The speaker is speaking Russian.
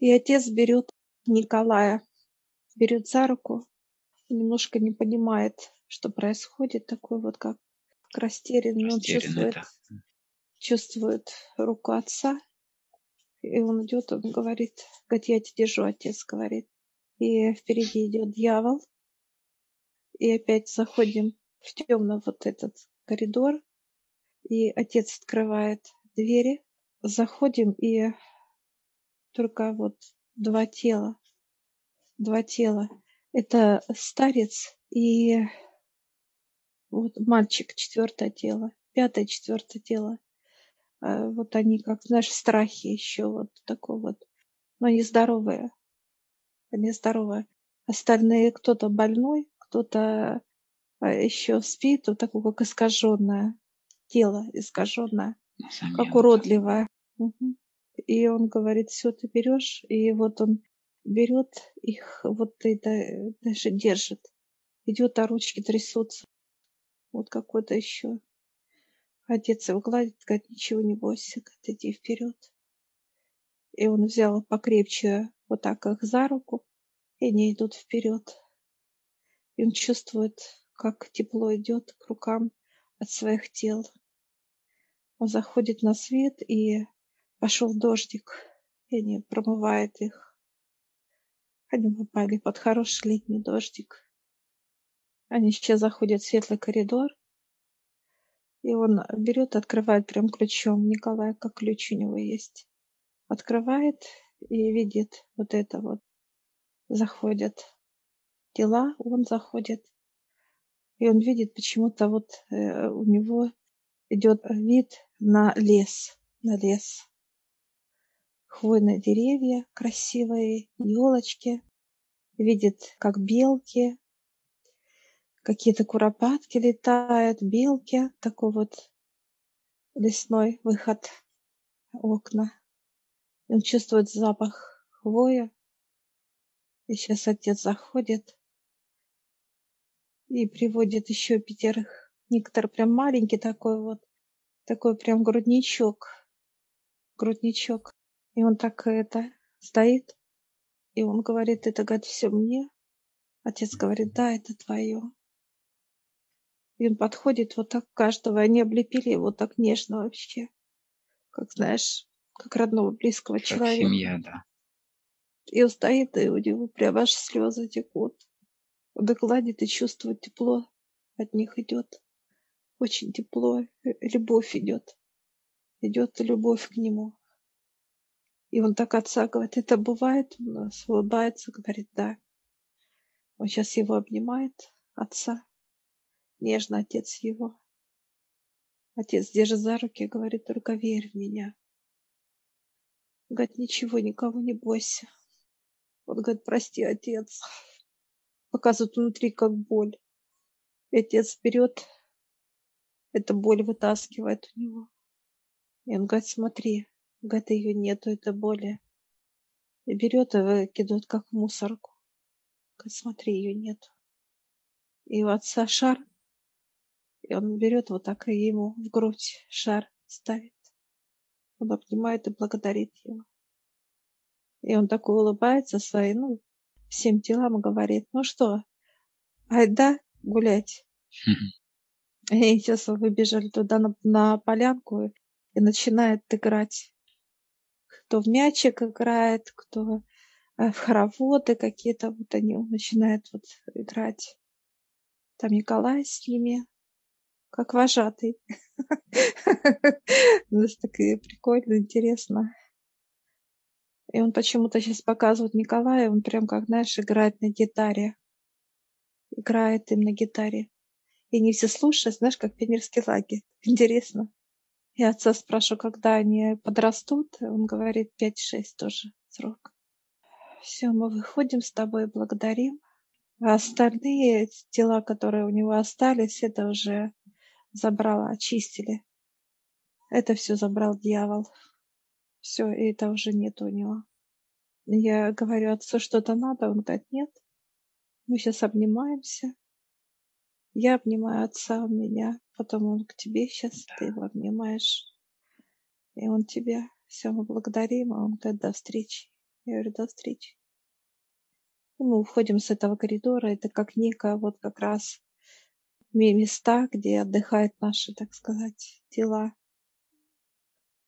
И отец берет Николая, берет за руку, немножко не понимает, что происходит, такой вот как растерянный. Он Растерянный, да. чувствует руку отца, и он идет, он говорит, я тебя держу, отец говорит. И впереди идет дьявол, и опять заходим в темный вот этот коридор, и отец открывает двери, заходим, и только вот два тела. Это старец и вот мальчик, четвертое тело, пятое, четвертое тело. Вот они, как, знаешь, в страхе еще вот такой вот. Но они здоровые. Остальные кто-то больной, кто-то еще спит, вот такое, как искаженное тело, искаженное, как уродливое. Мгм. И он говорит, все, ты берешь, и вот он берет их, вот это даже держит. Идет, а ручки трясутся. Вот какой-то еще. Отец его гладит, говорит, ничего не бойся, говорит, иди вперед. И он взял покрепче вот так их за руку, и они идут вперед. И он чувствует, как тепло идет к рукам от своих тел. Он заходит на свет, и пошел дождик, и они промывают их. Они попали под хороший летний дождик. Они сейчас заходят в светлый коридор, и он берет, открывает прям ключом. Николай, как ключ у него есть. Открывает и видит вот это вот. Заходят тела, он заходит. И он видит почему-то вот у него идет вид на лес. Хвойные деревья красивые, елочки. Видит, как белки, какие-то куропатки летают, белки. Такой вот лесной выход, окна. Он чувствует запах хвоя. И сейчас отец заходит и приводит еще 5. Некоторые прям маленький такой прям грудничок. И он так стоит, и он говорит, это, говорит, все мне. Отец говорит, да, это твое. И он подходит вот так каждого, они облепили его так нежно вообще, как, знаешь, как родного, близкого Как человека. семья, да. И он стоит, и у него прям аж слезы текут. Он их гладит и чувствует тепло от них идет. Очень тепло, любовь идет. Идет любовь к нему. И он так отца говорит, это бывает, у нас улыбается, говорит, да. Он сейчас его обнимает, отца. Нежно отец его. Отец держит за руки и говорит, только верь в меня. Говорит, ничего, никого не бойся. Он говорит, прости, отец. Показывает внутри как боль. И отец берет, эту боль вытаскивает у него. И он говорит, смотри, говорит, ее нету, это боли. И берет и выкидывает как в мусорку. Говорит, смотри, ее нету. И у отца шар, и он берет вот так и ему в грудь шар ставит. Он обнимает и благодарит его. И он такой улыбается своим, всем телам и говорит, ну что, айда гулять. И сейчас выбежали туда на полянку и начинает играть. Кто в мячик играет, кто в хороводы какие-то, вот они начинают вот играть. Там Николай с ними, как вожатый. У нас такие прикольно, интересно. И он почему-то сейчас показывает Николая, он прям как, знаешь, играет на гитаре. Играет им на гитаре. И они все слушают, знаешь, как пионерский лагерь. Интересно. Я отца спрашиваю, когда они подрастут. Он говорит, 5-6 тоже срок. Все, мы выходим с тобой, благодарим. А остальные тела, которые у него остались, это уже забрала, очистили. Это все забрал дьявол. Все, и это уже нет у него. Я говорю, отцу что-то надо? Он говорит, нет. Мы сейчас обнимаемся. Я обнимаю отца, у меня. Потом он к тебе сейчас, ты его обнимаешь. И он тебя. Все, мы благодарим, а он говорит, до встречи. Я говорю, до встречи. И мы уходим с этого коридора. Это как некое вот как раз места, где отдыхают наши, так сказать, тела.